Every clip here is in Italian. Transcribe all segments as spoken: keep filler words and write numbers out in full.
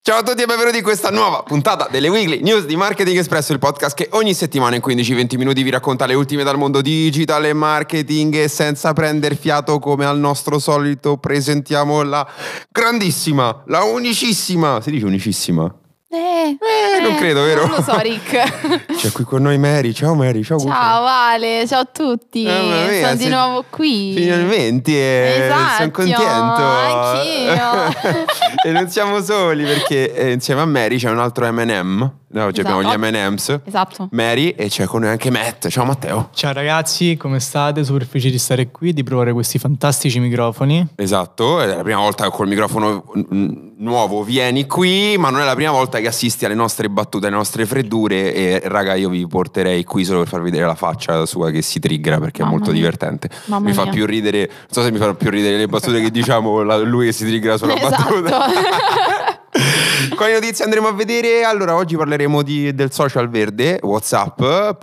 Ciao a tutti e benvenuti in questa nuova puntata delle Weekly News di Marketing Espresso, il podcast che ogni settimana in quindici venti minuti vi racconta le ultime dal mondo digital e marketing. E senza prender fiato, come al nostro solito, presentiamo la grandissima, la unicissima, si dice unicissima? Eh, eh, non eh, credo, vero? Non lo so, Rick. C'è qui con noi Mary. Ciao Mary, ciao. Ciao Vale, ciao a tutti. Eh, mia, sono di sei... nuovo qui. Finalmente, eh, esatto, sono contento. Anch'io. E non siamo soli, perché eh, insieme a Mary c'è un altro M and M. No, oggi esatto. abbiamo gli M and M's. Esatto. Mary, e c'è con noi anche Matt. Ciao Matteo. Ciao ragazzi, come state? Super felice di stare qui, di provare questi fantastici microfoni. Esatto, è la prima volta che col microfono nuovo vieni qui, ma non è la prima volta che assisti alle nostre battute, alle nostre freddure. E raga, io vi porterei qui solo per farvi vedere la faccia sua che si triggra, perché Mamma è molto mia. divertente. Mamma mi fa mia. più ridere, non so se mi fanno più ridere le battute che diciamo la, lui che si triggra sulla Esatto. battuta. Quali notizie andremo a vedere? Allora, oggi parleremo di, del social verde, WhatsApp.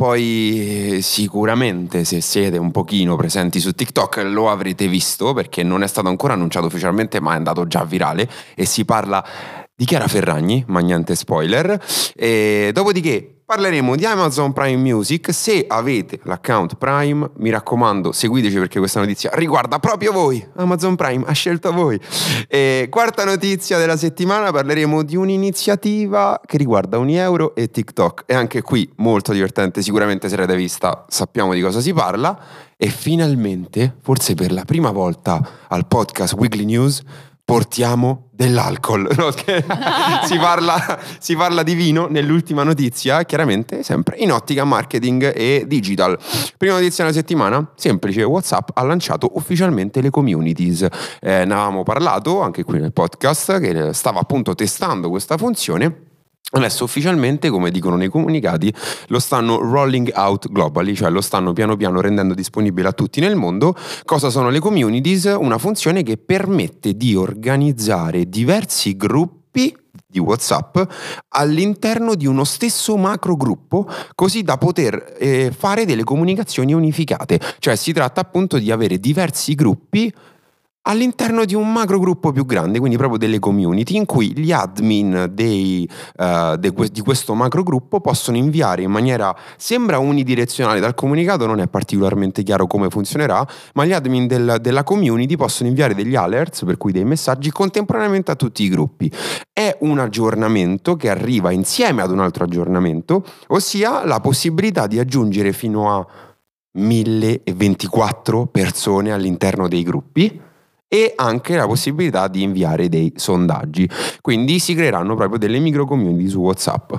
Poi sicuramente, se siete un pochino presenti su TikTok, lo avrete visto, perché non è stato ancora annunciato ufficialmente, ma è andato già virale. E si parla di Chiara Ferragni, ma niente spoiler. E dopodiché parleremo di Amazon Prime Music. Se avete l'account Prime, mi raccomando, seguiteci, perché questa notizia riguarda proprio voi. Amazon Prime ha scelto voi. E quarta notizia della settimana, parleremo di un'iniziativa che riguarda Unieuro e TikTok. E anche qui molto divertente, sicuramente se l'avete vista sappiamo di cosa si parla. E finalmente, forse per la prima volta al podcast Weekly News, portiamo dell'alcol. No, si, parla, si parla di vino nell'ultima notizia, chiaramente sempre in ottica marketing e digital. Prima notizia della settimana, semplice: WhatsApp ha lanciato ufficialmente le communities. Eh, ne avevamo parlato anche qui nel podcast, che stava appunto testando questa funzione. Adesso ufficialmente, come dicono nei comunicati, lo stanno rolling out globally, cioè lo stanno piano piano rendendo disponibile a tutti nel mondo. Cosa sono le communities? Una funzione che permette di organizzare diversi gruppi di WhatsApp all'interno di uno stesso macro gruppo, così da poter eh, fare delle comunicazioni unificate. Cioè si tratta appunto di avere diversi gruppi all'interno di un macro gruppo più grande, quindi proprio delle community, in cui gli admin dei, uh, de, di questo macro gruppo possono inviare in maniera, sembra unidirezionale, dal comunicato non è particolarmente chiaro come funzionerà, ma gli admin del, della community possono inviare degli alerts, per cui dei messaggi contemporaneamente a tutti i gruppi. È un aggiornamento che arriva insieme ad un altro aggiornamento, ossia la possibilità di aggiungere fino a mille ventiquattro persone all'interno dei gruppi, e anche la possibilità di inviare dei sondaggi. Quindi si creeranno proprio delle micro community su WhatsApp.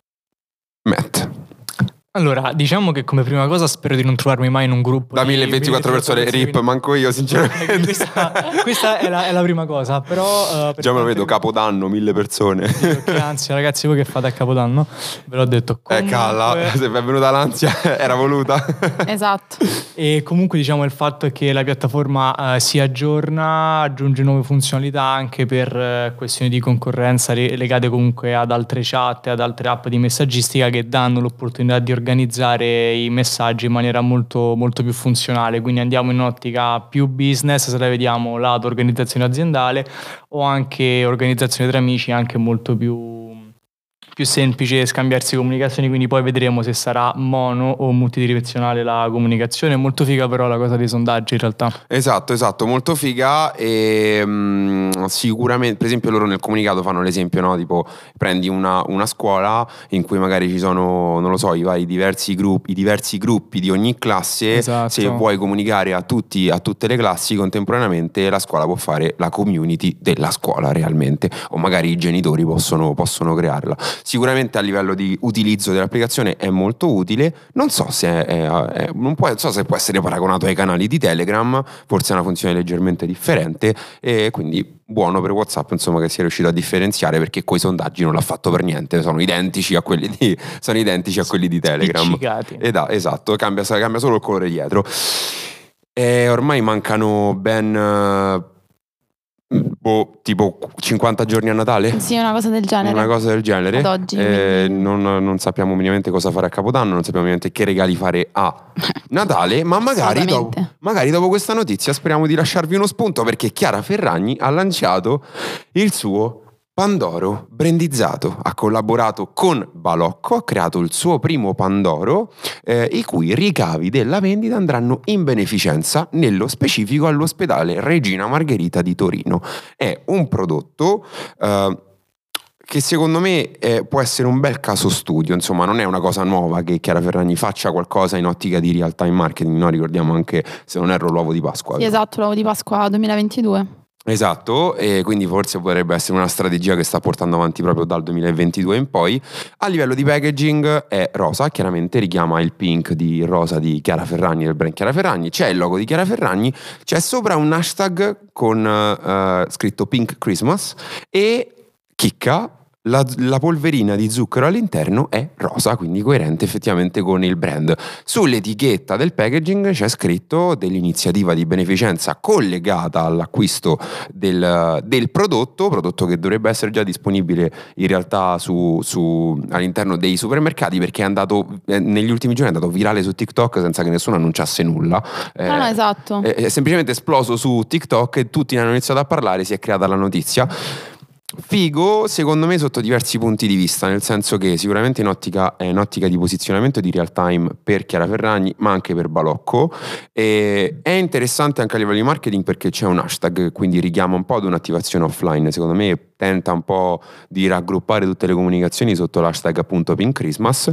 Matt. Allora, diciamo che come prima cosa spero di non trovarmi mai in un gruppo da di mille ventiquattro persone, quindi... rip, manco io sinceramente. Questa, questa è, la, è la prima cosa, però... Uh, Già me lo vedo, Capodanno, mille persone. Che ansia, ragazzi, voi che fate a Capodanno? Ve l'ho detto. Comunque... Eh, calla, se vi è venuta l'ansia, era voluta. Esatto. E comunque diciamo il fatto è che la piattaforma uh, si aggiorna, aggiunge nuove funzionalità anche per uh, questioni di concorrenza legate comunque ad altre chat e ad altre app di messaggistica che danno l'opportunità di organizzare i messaggi in maniera molto, molto più funzionale. Quindi andiamo in ottica più business, se la vediamo lato organizzazione aziendale, o anche organizzazione tra amici, anche molto più più semplice scambiarsi comunicazioni, quindi poi vedremo se sarà mono o multidirezionale la comunicazione. È molto figa però la cosa dei sondaggi in realtà. Esatto, esatto, molto figa. E mh, sicuramente, per esempio, loro nel comunicato fanno l'esempio, no? Tipo, prendi una, una scuola in cui magari ci sono, non lo so, i vari diversi gruppi, i diversi gruppi di ogni classe. Esatto. Se vuoi comunicare a tutti, a tutte le classi contemporaneamente, la scuola può fare la community della scuola realmente, o magari i genitori possono, possono crearla. Sicuramente a livello di utilizzo dell'applicazione è molto utile. Non so se è, è, non può, non so se può essere paragonato ai canali di Telegram, forse è una funzione leggermente differente, e quindi buono per WhatsApp, insomma, che sia riuscito a differenziare, perché coi sondaggi non l'ha fatto per niente, sono identici a quelli di, sono identici a quelli di Telegram. Ed, esatto, cambia, cambia solo il colore dietro. E ormai mancano ben... Boh, tipo cinquanta giorni a Natale? Sì, una cosa del genere. Una cosa del genere. Ad oggi. Eh, non, non sappiamo minimamente cosa fare a Capodanno, non sappiamo minimamente che regali fare a Natale, ma magari dopo, magari dopo questa notizia speriamo di lasciarvi uno spunto, perché Chiara Ferragni ha lanciato il suo Pandoro, brandizzato, ha collaborato con Balocco, ha creato il suo primo Pandoro, eh, i cui ricavi della vendita andranno in beneficenza, nello specifico all'ospedale Regina Margherita di Torino. È un prodotto eh, che secondo me eh, può essere un bel caso studio, insomma non è una cosa nuova che Chiara Ferragni faccia qualcosa in ottica di real time marketing, no? Ricordiamo anche, se non erro, l'uovo di Pasqua. Sì, esatto, l'uovo di Pasqua duemilaventidue. Esatto, e quindi forse potrebbe essere una strategia che sta portando avanti proprio dal duemilaventidue in poi. A livello di packaging è rosa, chiaramente richiama il pink di rosa di Chiara Ferragni, del brand Chiara Ferragni, c'è il logo di Chiara Ferragni, c'è sopra un hashtag con uh, scritto Pink Christmas e chicca, La, la polverina di zucchero all'interno è rosa, quindi coerente effettivamente con il brand. Sull'etichetta del packaging c'è scritto dell'iniziativa di beneficenza collegata all'acquisto del, del prodotto, prodotto che dovrebbe essere già disponibile in realtà su, su, all'interno dei supermercati, perché è andato eh, negli ultimi giorni è andato virale su TikTok senza che nessuno annunciasse nulla. Eh, no, no, esatto. È, è semplicemente esploso su TikTok e tutti ne hanno iniziato a parlare, si è creata la notizia. Figo secondo me sotto diversi punti di vista, nel senso che sicuramente in ottica, è in ottica di posizionamento di real time per Chiara Ferragni ma anche per Balocco, e è interessante anche a livello di marketing perché c'è un hashtag, quindi richiama un po' ad un'attivazione offline, secondo me tenta un po' di raggruppare tutte le comunicazioni sotto l'hashtag appunto Pink Christmas.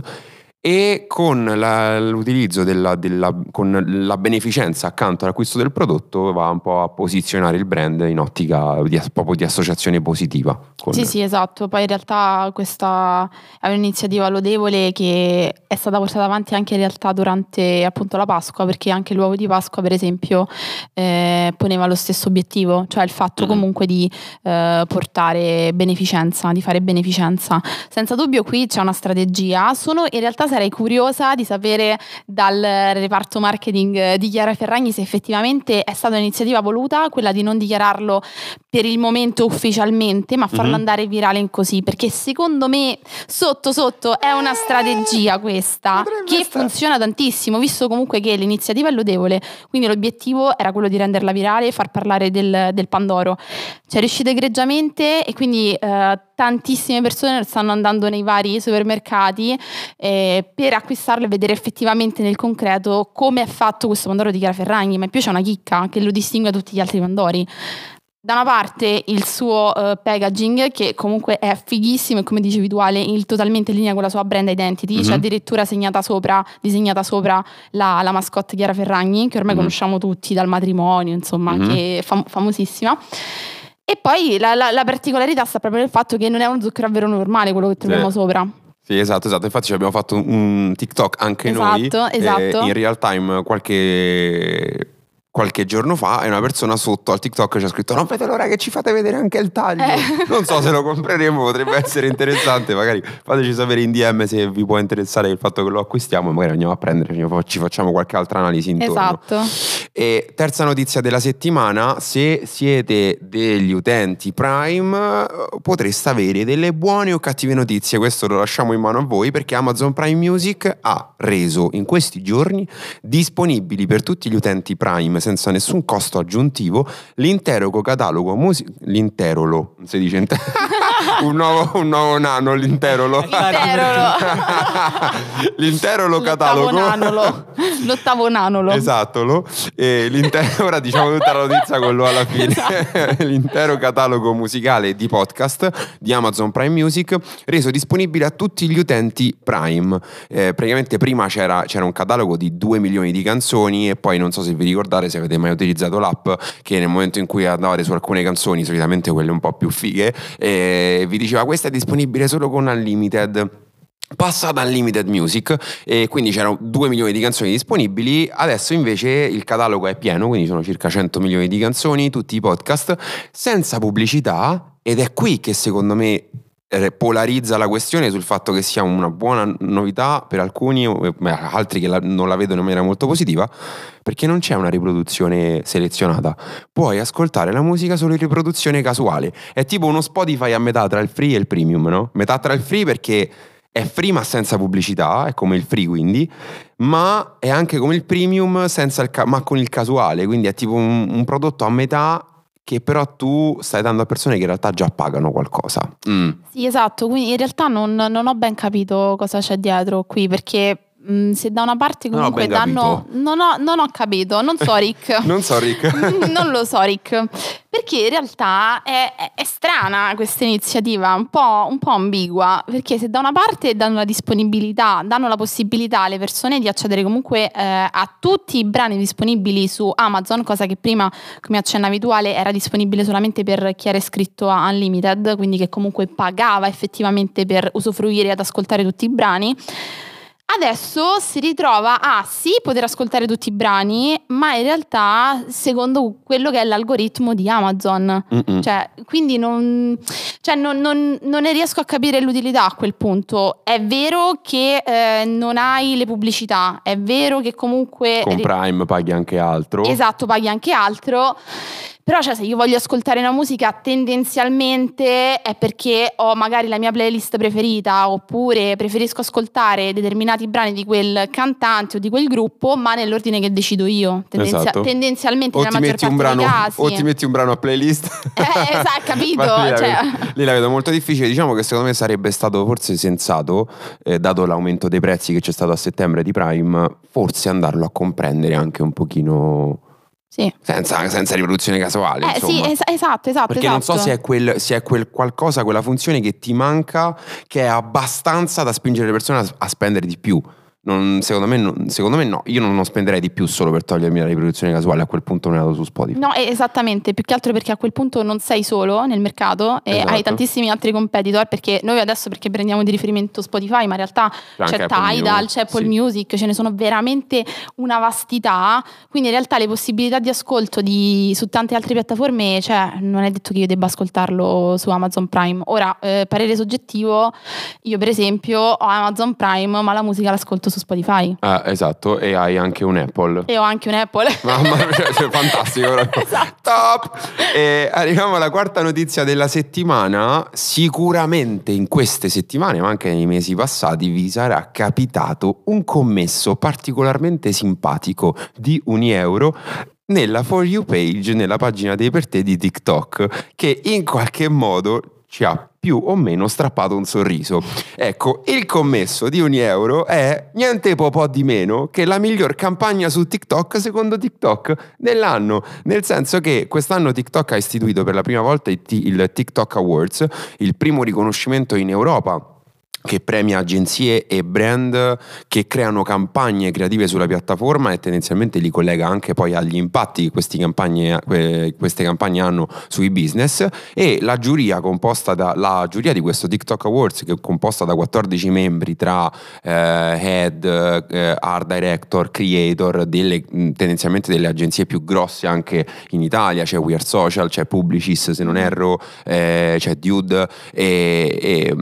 E con la, l'utilizzo della, della con la beneficenza accanto all'acquisto del prodotto va un po' a posizionare il brand in ottica di, proprio di associazione positiva con... Sì, sì, esatto. Poi in realtà questa è un'iniziativa lodevole che è stata portata avanti anche in realtà durante appunto la Pasqua, perché anche l'uovo di Pasqua per esempio eh, poneva lo stesso obiettivo, cioè il fatto comunque di eh, portare beneficenza, di fare beneficenza. Senza dubbio qui c'è una strategia. Sono in realtà sarei curiosa di sapere dal reparto marketing di Chiara Ferragni se effettivamente è stata un'iniziativa voluta, quella di non dichiararlo per il momento ufficialmente, ma farlo mm-hmm. andare virale in così, perché secondo me sotto sotto è una strategia questa Potrebbe che stare. funziona tantissimo, visto comunque che l'iniziativa è lodevole, quindi l'obiettivo era quello di renderla virale e far parlare del, del Pandoro. Ci è riuscito egregiamente e quindi eh, tantissime persone stanno andando nei vari supermercati eh, per acquistarlo e vedere effettivamente nel concreto come è fatto questo Pandoro di Chiara Ferragni. Ma in più c'è una chicca che lo distingue da tutti gli altri Pandori. Da una parte il suo uh, packaging, che comunque è fighissimo e come dicevi tu Ale, il, totalmente in linea con la sua brand identity, mm-hmm. c'è addirittura segnata sopra, disegnata sopra la, la mascotte Chiara Ferragni, che ormai mm-hmm. conosciamo tutti dal matrimonio, insomma, mm-hmm. che è fam- famosissima. E poi la, la, la particolarità sta proprio nel fatto che non è uno zucchero a vero normale quello che troviamo sì. sopra. Sì, esatto, esatto. Infatti ci abbiamo fatto un TikTok anche esatto, noi esatto. in real time qualche qualche giorno fa, e una persona sotto al TikTok ci ha scritto: non vedo l'ora che ci fate vedere anche il taglio. Eh. Non so se lo compreremo, potrebbe essere interessante, magari fateci sapere in D M se vi può interessare il fatto che lo acquistiamo e magari andiamo a prendere, ci facciamo qualche altra analisi intorno. Esatto. E terza notizia della settimana: se siete degli utenti Prime potreste avere delle buone o cattive notizie. Questo lo lasciamo in mano a voi, perché Amazon Prime Music ha reso in questi giorni disponibili per tutti gli utenti Prime senza nessun costo aggiuntivo l'intero catalogo music- l'intero lo si dice inter- un nuovo un nuovo nano l'intero lo l'intero lo catalogo nanolo. L'ottavo nanolo, esatto lo e l'intero ora diciamo tutta la notizia con lo alla fine. Esatto. L'intero catalogo musicale di podcast di Amazon Prime Music reso disponibile a tutti gli utenti Prime. Eh, praticamente prima c'era, c'era un catalogo di due milioni di canzoni, e poi non so se vi ricordate, se avete mai utilizzato l'app, che nel momento in cui andavate su alcune canzoni, solitamente quelle un po' più fighe, eh, vi diceva questa è disponibile solo con Unlimited. Passa ad Unlimited Music e quindi c'erano due milioni di canzoni disponibili. Adesso invece il catalogo è pieno, quindi sono circa cento milioni di canzoni, tutti i podcast senza pubblicità, ed è qui che secondo me polarizza la questione sul fatto che sia una buona novità per alcuni, altri che la, non la vedono in maniera molto positiva, perché non c'è una riproduzione selezionata, puoi ascoltare la musica solo in riproduzione casuale. È tipo uno Spotify a metà tra il free e il premium, no? Metà tra il free perché è free ma senza pubblicità, è come il free quindi, ma è anche come il premium senza il ca- ma con il casuale, quindi è tipo un, un prodotto a metà che però tu stai dando a persone che in realtà già pagano qualcosa. Mm. Sì, esatto, quindi in realtà non, non ho ben capito cosa c'è dietro qui, perché mh, se da una parte Non ho comunque ben danno... capito. Non ho, non ho capito, non so Rick. Non so Rick. Non lo so Rick, perché in realtà è, è, è strana questa iniziativa, un po', un po' ambigua, perché se da una parte danno la disponibilità, danno la possibilità alle persone di accedere comunque eh, a tutti i brani disponibili su Amazon, cosa che prima, come accennavi tu Ale, era disponibile solamente per chi era iscritto a Unlimited, quindi che comunque pagava effettivamente per usufruire ed ascoltare tutti i brani. Adesso si ritrova a sì poter ascoltare tutti i brani, ma in realtà secondo quello che è l'algoritmo di Amazon. Mm-mm. Cioè, quindi non, cioè non, non, non ne riesco a capire l'utilità a quel punto. È vero che eh, non hai le pubblicità, è vero che comunque... Con Prime paghi anche altro. Esatto, paghi anche altro. Però cioè, se io voglio ascoltare una musica tendenzialmente è perché ho magari la mia playlist preferita, oppure preferisco ascoltare determinati brani di quel cantante o di quel gruppo, ma nell'ordine che decido io, Tendenzia- Esatto. tendenzialmente O nella ti maggior metti un parte brano, dei casi. o ti metti un brano a playlist. Eh, esatto, capito? Ma lì, la Cioè... vedo, lì la vedo molto difficile. Diciamo che secondo me sarebbe stato forse sensato, eh, dato l'aumento dei prezzi che c'è stato a settembre di Prime, forse andarlo a comprendere anche un pochino... Sì. Senza, senza riproduzione casuale, Eh, sì, insomma. es- esatto, esatto. Perché esatto. non so se è, quel, se è quel qualcosa, quella funzione che ti manca, che è abbastanza da spingere le persone a, a spendere di più. Non, secondo, me, non, secondo me no, io non, non spenderei di più solo per togliermi la riproduzione casuale, a quel punto non vado su Spotify. No, eh, esattamente, più che altro perché a quel punto non sei solo nel mercato e Esatto. hai tantissimi altri competitor, perché noi adesso perché prendiamo di riferimento Spotify, ma in realtà C'è c'è anche Apple Tidal, Music, c'è Apple sì. Music, ce ne sono veramente una vastità, quindi in realtà le possibilità di ascolto di, su tante altre piattaforme, cioè non è detto che io debba ascoltarlo su Amazon Prime. Ora, eh, parere soggettivo, io per esempio ho Amazon Prime, ma la musica l'ascolto su Spotify. Ah, esatto, e hai anche un Apple. E ho anche un Apple. Mamma mia, cioè, fantastico. Esatto. Top! E arriviamo alla quarta notizia della settimana. Sicuramente in queste settimane, ma anche nei mesi passati, vi sarà capitato un commesso particolarmente simpatico di un euro nella For You page, nella pagina dei per te di TikTok, che in qualche modo ci ha più o meno strappato un sorriso. Ecco, il commesso di un euro è niente po' po' di meno che la miglior campagna su TikTok secondo TikTok dell'anno, nel senso che quest'anno TikTok ha istituito per la prima volta il, T- il TikTok Awards, il primo riconoscimento in Europa che premia agenzie e brand che creano campagne creative sulla piattaforma e tendenzialmente li collega anche poi agli impatti che queste campagne, queste campagne hanno sui business. E la giuria composta da la giuria di questo TikTok Awards, che è composta da quattordici membri tra eh, head, eh, art director, creator, delle, tendenzialmente delle agenzie più grosse anche in Italia. C'è We Are Social, c'è Publicis se non erro, eh, c'è Dude e, e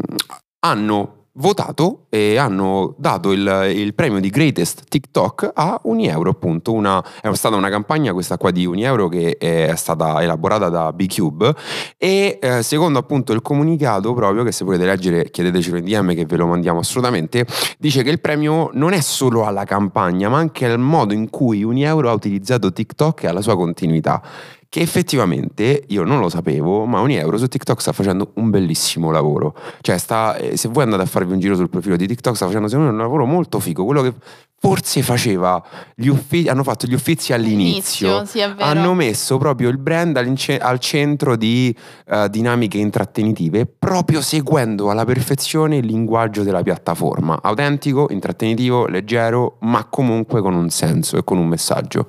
hanno votato e hanno dato il, il premio di Greatest TikTok a Unieuro, appunto. Una, è stata una campagna questa qua di Unieuro che è stata elaborata da B-Cube e eh, secondo appunto il comunicato, proprio, che se volete leggere chiedetecelo in D M che ve lo mandiamo assolutamente, dice che il premio non è solo alla campagna ma anche al modo in cui Unieuro ha utilizzato TikTok e alla sua continuità, che effettivamente io non lo sapevo, ma Unieuro su TikTok sta facendo un bellissimo lavoro. Cioè sta, eh, se voi andate a farvi un giro sul profilo di TikTok, sta facendo secondo me un lavoro molto figo, quello che forse faceva gli uffici, hanno fatto gli uffizi all'inizio. All'inizio, sì, è vero. Hanno messo proprio il brand al centro di uh, dinamiche intrattenitive, proprio seguendo alla perfezione il linguaggio della piattaforma. Autentico, intrattenitivo, leggero, ma comunque con un senso e con un messaggio.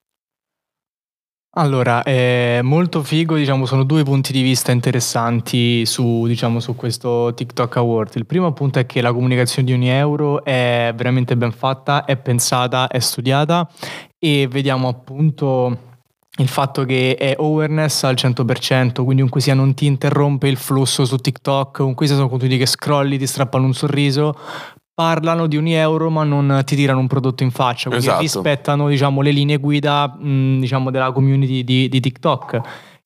Allora, è molto figo, diciamo, sono due punti di vista interessanti su, diciamo, su questo TikTok Award. Il primo appunto è che la comunicazione di Unieuro è veramente ben fatta, è pensata, è studiata e vediamo appunto il fatto che è awareness al cento per cento, quindi comunque sia non ti interrompe il flusso su TikTok, comunque sia sono contenuti che scrolli, ti strappano un sorriso, parlano di Unieuro ma non ti tirano un prodotto in faccia, quindi esatto. rispettano, diciamo, le linee guida mh, diciamo, della community di, di TikTok.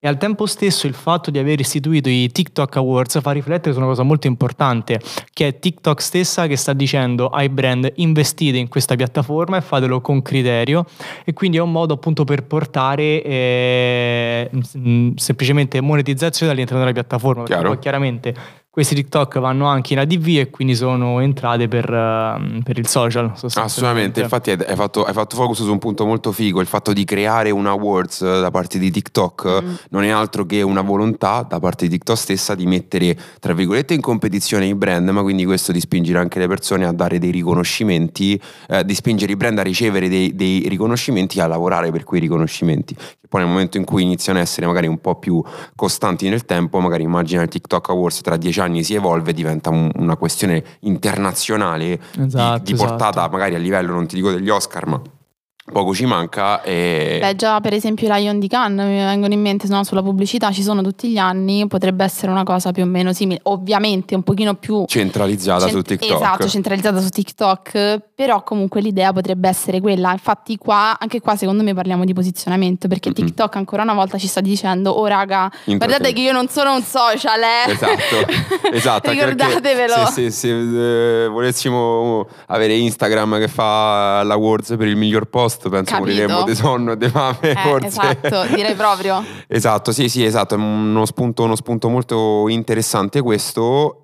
E al tempo stesso il fatto di aver istituito i TikTok Awards fa riflettere su una cosa molto importante, che è TikTok stessa che sta dicendo ai brand: investite in questa piattaforma e fatelo con criterio, e quindi è un modo appunto per portare eh, semplicemente monetizzazione all'interno della piattaforma. Chiaro. Perché poi chiaramente questi TikTok vanno anche in A D V e quindi sono entrate per, uh, per il social. Assolutamente, infatti hai fatto, hai fatto focus su un punto molto figo, il fatto di creare un awards da parte di TikTok mm. non è altro che una volontà da parte di TikTok stessa di mettere, tra virgolette, in competizione i brand, ma quindi questo di spingere anche le persone a dare dei riconoscimenti, eh, di spingere i brand a ricevere dei, dei riconoscimenti e a lavorare per quei riconoscimenti. E poi nel momento in cui iniziano a essere magari un po' più costanti nel tempo, magari immagina il TikTok Awards tra dieci anni si evolve, diventa un, una questione internazionale, esatto, di, di portata esatto. magari a livello, non ti dico degli Oscar, ma poco ci manca. E... Beh, già per esempio i Lion di Cannes mi vengono in mente, no, sulla pubblicità ci sono tutti gli anni, potrebbe essere una cosa più o meno simile, ovviamente un pochino più centralizzata cent- su TikTok. Esatto, centralizzata su TikTok, però comunque l'idea potrebbe essere quella. Infatti qua, anche qua secondo me parliamo di posizionamento, perché mm-hmm. TikTok ancora una volta ci sta dicendo: oh raga, guardate che io non sono un social, eh. Esatto, esatto. Ricordatevelo. Se, se, se eh, volessimo avere Instagram che fa l'awards per il miglior post, penso moriremmo di sonno e di fame, eh, forse. Esatto, direi proprio. Esatto, sì, sì, esatto, è uno spunto, uno spunto molto interessante questo,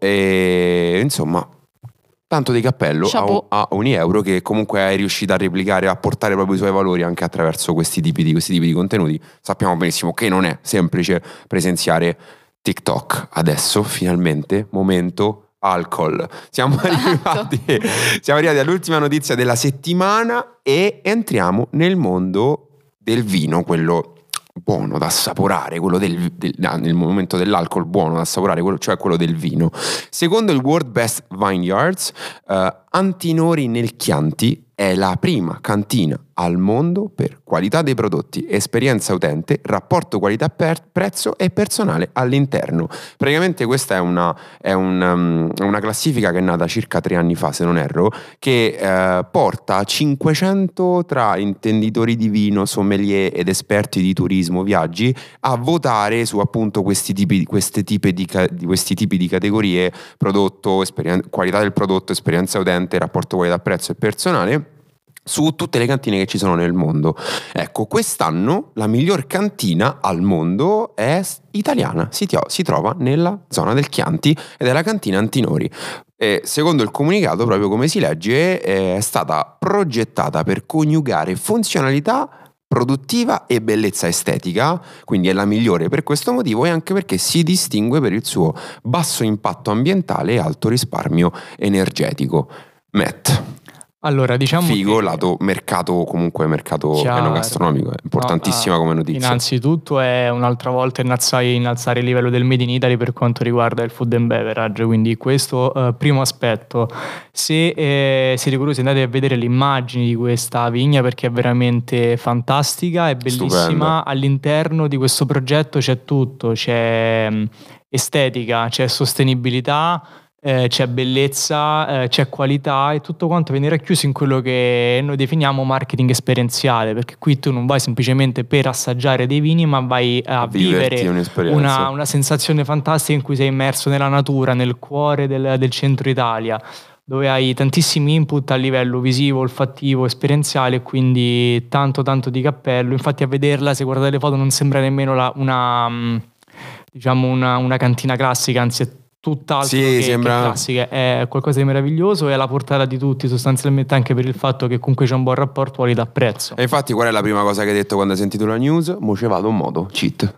e insomma, tanto di cappello a, a ogni euro che comunque è riuscita a replicare, a portare proprio i suoi valori anche attraverso questi tipi di, questi tipi di contenuti. Sappiamo benissimo che non è semplice presenziare TikTok. Adesso, finalmente, momento alcol. Siamo arrivati, siamo arrivati all'ultima notizia della settimana e entriamo nel mondo del vino, quello buono da assaporare, quello del, del nel momento dell'alcol buono da assaporare, quello, cioè quello del vino. Secondo il World Best Vineyards, uh, Antinori nel Chianti è la prima cantina al mondo per qualità dei prodotti, esperienza utente, rapporto qualità-prezzo e personale all'interno. Praticamente questa è una, è un, um, una classifica che è nata circa tre anni fa, se non erro, che uh, porta cinquecento tra intenditori di vino, sommelier ed esperti di turismo, viaggi, a votare su appunto questi tipi, queste tipi di, questi tipi di categorie: prodotto, esperien- qualità del prodotto, esperienza utente, rapporto qualità-prezzo e personale, su tutte le cantine che ci sono nel mondo. Ecco, quest'anno la miglior cantina al mondo è italiana, si, tio- si trova nella zona del Chianti ed è la cantina Antinori. E secondo il comunicato, proprio come si legge, è stata progettata per coniugare funzionalità produttiva e bellezza estetica, quindi è la migliore per questo motivo e anche perché si distingue per il suo basso impatto ambientale e alto risparmio energetico. Matt, allora, diciamo figo, che... lato mercato, comunque mercato enogastronomico, è importantissima no, come notizia. Innanzitutto è un'altra volta innalzare, innalzare il livello del Made in Italy per quanto riguarda il food and beverage, quindi questo eh, primo aspetto. Se eh, siete curiosi, andate a vedere le immagini di questa vigna perché è veramente fantastica, è bellissima. Stupenda. All'interno di questo progetto c'è tutto, c'è mh, estetica, c'è sostenibilità, Eh, c'è bellezza, eh, c'è qualità e tutto quanto viene racchiuso in quello che noi definiamo marketing esperienziale, perché qui tu non vai semplicemente per assaggiare dei vini, ma vai a vivere una, una sensazione fantastica in cui sei immerso nella natura, nel cuore del, del centro Italia, dove hai tantissimi input a livello visivo, olfattivo, esperienziale, e quindi tanto tanto di cappello. Infatti a vederla, se guardate le foto, non sembra nemmeno la, una, diciamo una, una cantina classica, anzi è tutt'altro sì, che, sembra... che classiche, è qualcosa di meraviglioso e è alla portata di tutti sostanzialmente, anche per il fatto che comunque c'è un buon rapporto qualità-prezzo. E infatti qual è la prima cosa che hai detto quando hai sentito la news? Mo ce vado un modo, cheat.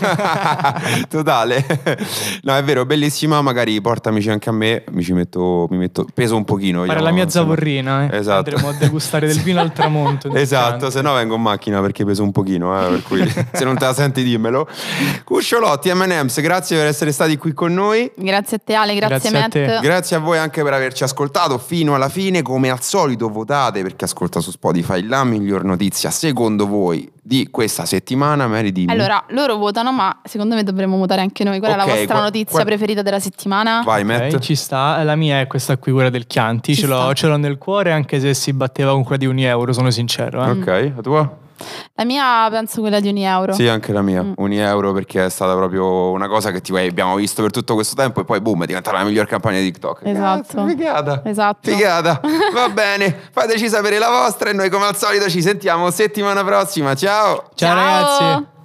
Totale. No, è vero, bellissima, magari portamici anche a me, mi ci metto, mi metto peso un pochino. Fare la mia zavorrina, eh. Esatto. Andremo a degustare del vino al tramonto. Esatto, se no vengo in macchina perché peso un pochino, eh, per cui se non te la senti dimmelo. Cusciolotti, M and M's, grazie per essere stati qui con noi. Grazie a te Ale, grazie, grazie Matt. A grazie a voi anche per averci ascoltato fino alla fine. Come al solito votate, perché ascolta su Spotify, la miglior notizia secondo voi di questa settimana. Mary, dimmi. Allora, loro votano, ma secondo me dovremmo votare anche noi. Qual okay, è la vostra qua, notizia qua... preferita della settimana? Vai Matt. Okay, ci sta, la mia è questa qui, quella del Chianti, ce l'ho, ce l'ho nel cuore, anche se si batteva con quella di un euro, sono sincero, eh. Ok, la tua? La mia penso quella di un euro. Sì, anche la mia, Mm. un euro, perché è stata proprio una cosa che tipo, eh, abbiamo visto per tutto questo tempo e poi boom, è diventata la miglior campagna di TikTok. Esatto. Cazzo, figata. Esatto. Figata. Va bene, fateci sapere la vostra e noi come al solito ci sentiamo settimana prossima. Ciao. Ciao, Ciao. ragazzi.